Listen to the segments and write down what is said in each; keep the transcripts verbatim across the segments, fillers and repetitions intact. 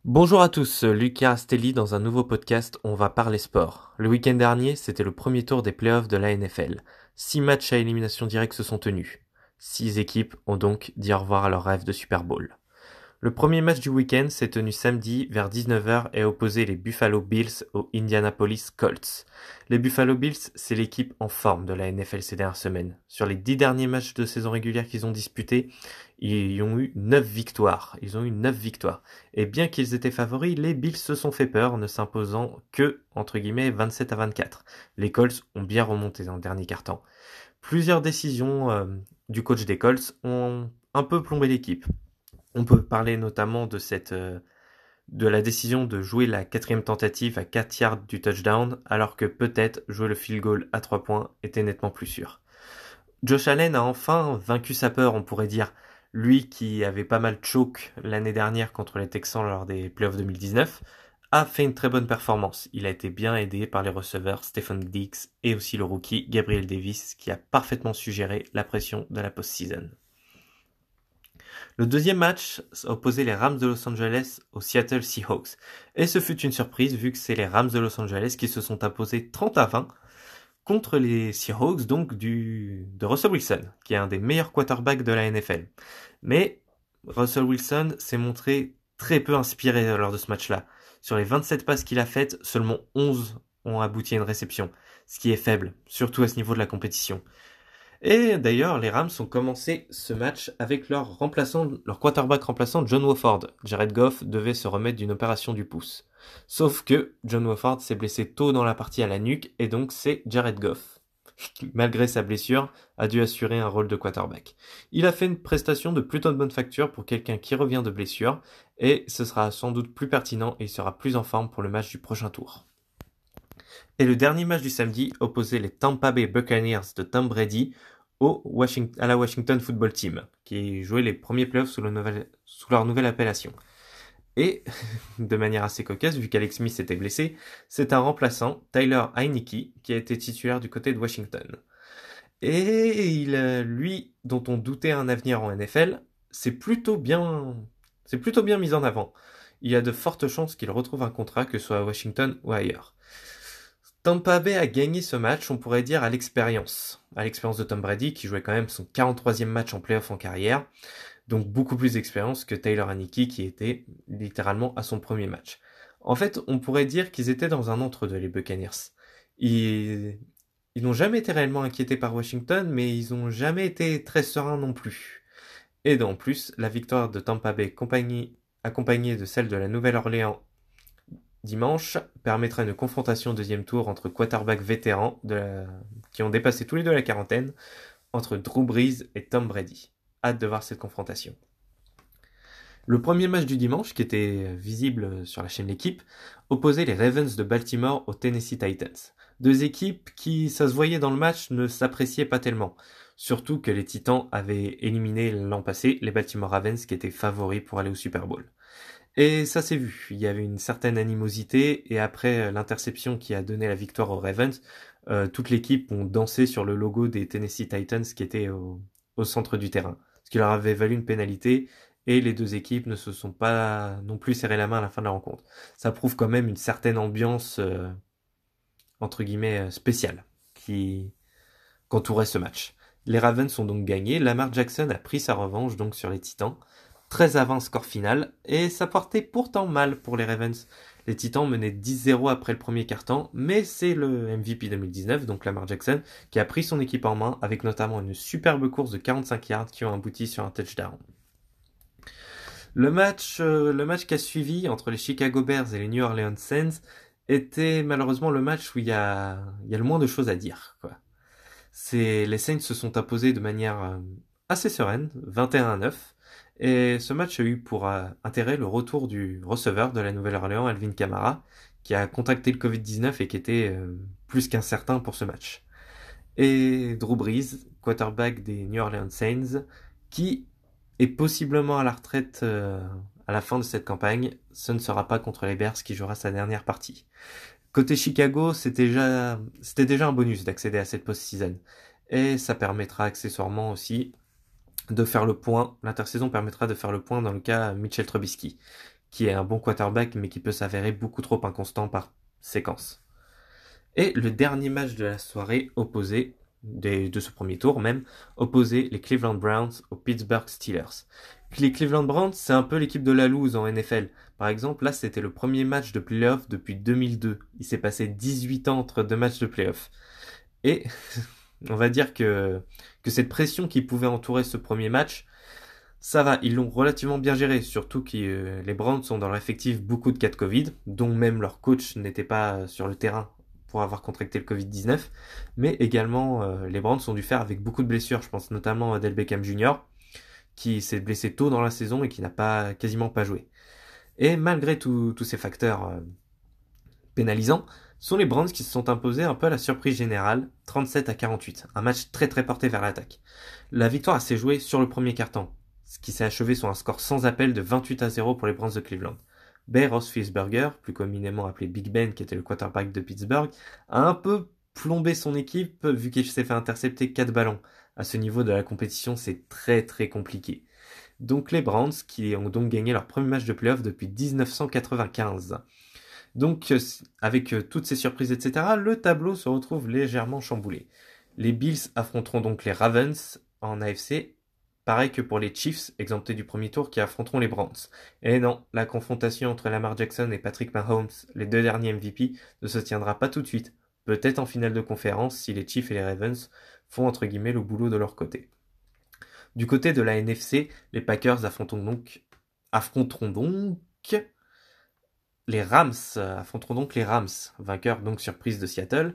Bonjour à tous, Lucas Astelli dans un nouveau podcast, on va parler sport. Le week-end dernier, c'était le premier tour des playoffs de la N F L. Six matchs à élimination directe se sont tenus. Six équipes ont donc dit au revoir à leur rêve de Super Bowl. Le premier match du week-end s'est tenu samedi vers dix-neuf heures et a opposé les Buffalo Bills aux Indianapolis Colts. Les Buffalo Bills, c'est l'équipe en forme de la N F L ces dernières semaines. Sur les dix derniers matchs de saison régulière qu'ils ont disputés, ils ont eu neuf victoires. Ils ont eu neuf victoires. Et bien qu'ils étaient favoris, les Bills se sont fait peur, ne s'imposant que, entre guillemets, vingt-sept à vingt-quatre. Les Colts ont bien remonté dans le dernier quart-temps. Plusieurs décisions euh, du coach des Colts ont un peu plombé l'équipe. On peut parler notamment de cette euh, de la décision de jouer la quatrième tentative à quatre yards du touchdown, alors que peut-être jouer le field goal à trois points était nettement plus sûr. Josh Allen a enfin vaincu sa peur, on pourrait dire. Lui qui avait pas mal choke l'année dernière contre les Texans lors des playoffs deux mille dix-neuf, a fait une très bonne performance. Il a été bien aidé par les receveurs Stephen Diggs et aussi le rookie Gabriel Davis qui a parfaitement su gérer la pression de la post-season. Le deuxième match opposait les Rams de Los Angeles aux Seattle Seahawks. Et ce fut une surprise vu que c'est les Rams de Los Angeles qui se sont imposés trente à vingt contre les Seahawks donc du, de Russell Wilson, qui est un des meilleurs quarterbacks de la N F L. Mais Russell Wilson s'est montré très peu inspiré lors de ce match-là. Sur les vingt-sept passes qu'il a faites, seulement onze ont abouti à une réception, ce qui est faible, surtout à ce niveau de la compétition. Et d'ailleurs, les Rams ont commencé ce match avec leur remplaçant, leur quarterback remplaçant John Wolford. Jared Goff devait se remettre d'une opération du pouce. Sauf que John Wolford s'est blessé tôt dans la partie à la nuque et donc c'est Jared Goff, qui, malgré sa blessure, a dû assurer un rôle de quarterback. Il a fait une prestation de plutôt de bonne facture pour quelqu'un qui revient de blessure et ce sera sans doute plus pertinent et il sera plus en forme pour le match du prochain tour. Et le dernier match du samedi opposait les Tampa Bay Buccaneers de Tom Brady au Washington, à la Washington Football Team, qui jouait les premiers playoffs sous, le nouvel, sous leur nouvelle appellation. Et, de manière assez cocasse, vu qu'Alex Smith était blessé, c'est un remplaçant, Tyler Heinicke, qui a été titulaire du côté de Washington. Et il, lui, dont on doutait un avenir en N F L, c'est plutôt bien, c'est plutôt bien mis en avant. Il y a de fortes chances qu'il retrouve un contrat, que ce soit à Washington ou ailleurs. Tampa Bay a gagné ce match, on pourrait dire, à l'expérience. À l'expérience de Tom Brady, qui jouait quand même son quarante-troisième match en playoff en carrière. Donc beaucoup plus d'expérience que Tyler Heinicke, qui était littéralement à son premier match. En fait, on pourrait dire qu'ils étaient dans un entre-deux, les Buccaneers. Ils, ils n'ont jamais été réellement inquiétés par Washington, mais ils n'ont jamais été très sereins non plus. Et en plus, la victoire de Tampa Bay, accompagnée de celle de la Nouvelle-Orléans dimanche, permettra une confrontation au deuxième tour entre quarterbacks vétérans de la... qui ont dépassé tous les deux la quarantaine, entre Drew Brees et Tom Brady. Hâte de voir cette confrontation. Le premier match du dimanche, qui était visible sur la chaîne L'équipe, opposait les Ravens de Baltimore aux Tennessee Titans. Deux équipes qui, ça se voyait dans le match, ne s'appréciaient pas tellement. Surtout que les Titans avaient éliminé l'an passé les Baltimore Ravens qui étaient favoris pour aller au Super Bowl. Et ça s'est vu, il y avait une certaine animosité, et après l'interception qui a donné la victoire aux Ravens, euh, toute l'équipe ont dansé sur le logo des Tennessee Titans qui était au, au centre du terrain, ce qui leur avait valu une pénalité, et les deux équipes ne se sont pas non plus serré la main à la fin de la rencontre. Ça prouve quand même une certaine ambiance, euh, entre guillemets, spéciale, qui qu'entourait ce match. Les Ravens ont donc gagné, Lamar Jackson a pris sa revanche donc sur les Titans, treize à vingt score final, et ça portait pourtant mal pour les Ravens. Les Titans menaient dix zéro après le premier quart-temps, mais c'est le M V P deux mille dix-neuf, donc Lamar Jackson, qui a pris son équipe en main avec notamment une superbe course de quarante-cinq yards qui ont abouti sur un touchdown. Le match, euh, le match qui a suivi entre les Chicago Bears et les New Orleans Saints était malheureusement le match où il y a, il y a le moins de choses à dire, quoi. C'est, les Saints se sont imposés de manière euh, assez sereine, vingt et un à neuf, et ce match a eu pour euh, intérêt le retour du receveur de la Nouvelle-Orléans, Alvin Kamara, qui a contracté le covid dix-neuf et qui était euh, plus qu'incertain pour ce match. Et Drew Brees, quarterback des New Orleans Saints, qui est possiblement à la retraite euh, à la fin de cette campagne. Ce ne sera pas contre les Bears qui jouera sa dernière partie. Côté Chicago, c'était déjà, c'était déjà un bonus d'accéder à cette post-season. Et ça permettra accessoirement aussi de faire le point, l'intersaison permettra de faire le point dans le cas Mitchell Trubisky, qui est un bon quarterback, mais qui peut s'avérer beaucoup trop inconstant par séquence. Et le dernier match de la soirée opposé, de, de ce premier tour même, opposait les Cleveland Browns aux Pittsburgh Steelers. Les Cleveland Browns, c'est un peu l'équipe de la loose en N F L. Par exemple, là, c'était le premier match de playoff depuis deux mille deux. Il s'est passé dix-huit ans entre deux matchs de playoff. Et on va dire que, que cette pression qui pouvait entourer ce premier match, ça va, ils l'ont relativement bien géré, surtout que euh, les Browns sont dans l'effectif beaucoup de cas de Covid, dont même leur coach n'était pas sur le terrain pour avoir contracté le covid dix-neuf, mais également euh, les Browns ont dû faire avec beaucoup de blessures, je pense notamment à Odell Beckham junior, qui s'est blessé tôt dans la saison et qui n'a pas quasiment pas joué. Et malgré tous ces facteurs euh, pénalisants, ce sont les Browns qui se sont imposés un peu à la surprise générale, trente-sept à quarante-huit, un match très très porté vers l'attaque. La victoire s'est jouée sur le premier quart-temps, ce qui s'est achevé sur un score sans appel de vingt-huit à zéro pour les Browns de Cleveland. Ben Roethlisberger, plus communément appelé Big Ben, qui était le quarterback de Pittsburgh, a un peu plombé son équipe vu qu'il s'est fait intercepter quatre ballons. À ce niveau de la compétition, c'est très très compliqué. Donc les Browns, qui ont donc gagné leur premier match de playoff depuis dix-neuf cent quatre-vingt-quinze. Donc avec toutes ces surprises, et cetera, le tableau se retrouve légèrement chamboulé. Les Bills affronteront donc les Ravens en A F C, pareil que pour les Chiefs, exemptés du premier tour, qui affronteront les Browns. Et non, la confrontation entre Lamar Jackson et Patrick Mahomes, les deux derniers M V P, ne se tiendra pas tout de suite. Peut-être en finale de conférence si les Chiefs et les Ravens font entre guillemets le boulot de leur côté. Du côté de la N F C, les Packers affronteront donc, affronteront donc les Rams, affronteront donc les Rams, vainqueurs donc surprise de Seattle.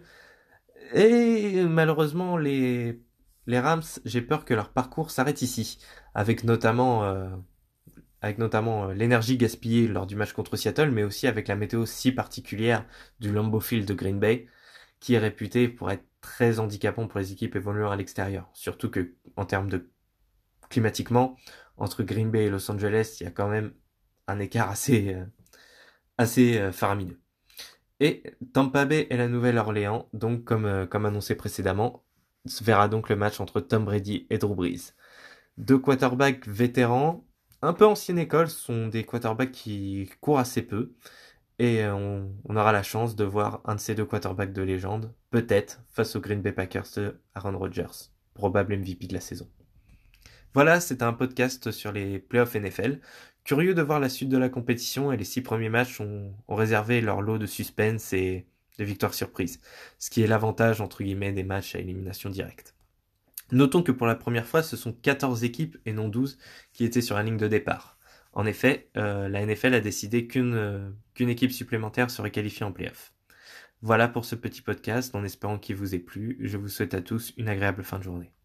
Et malheureusement, les, les Rams, j'ai peur que leur parcours s'arrête ici, avec notamment, euh, avec notamment euh, l'énergie gaspillée lors du match contre Seattle, mais aussi avec la météo si particulière du Lambeau Field de Green Bay, qui est réputé pour être très handicapant pour les équipes évoluant à l'extérieur. Surtout que, en termes de climatiquement, entre Green Bay et Los Angeles, il y a quand même un écart assez, euh, assez euh, faramineux. Et Tampa Bay et la Nouvelle-Orléans, donc comme, euh, comme annoncé précédemment, se verra donc le match entre Tom Brady et Drew Brees. Deux quarterbacks vétérans, un peu ancienne école, sont des quarterbacks qui courent assez peu. Et on, on aura la chance de voir un de ces deux quarterbacks de légende, peut-être, face aux Green Bay Packers de Aaron Rodgers, probable M V P de la saison. Voilà, c'était un podcast sur les playoffs N F L. Curieux de voir la suite de la compétition et les six premiers matchs ont, ont réservé leur lot de suspense et de victoires surprises, ce qui est l'avantage entre guillemets des matchs à élimination directe. Notons que pour la première fois, ce sont quatorze équipes et non douze qui étaient sur la ligne de départ. En effet, euh, la N F L a décidé qu'une, euh, qu'une équipe supplémentaire serait qualifiée en playoff. Voilà pour ce petit podcast, en espérant qu'il vous ait plu. Je vous souhaite à tous une agréable fin de journée.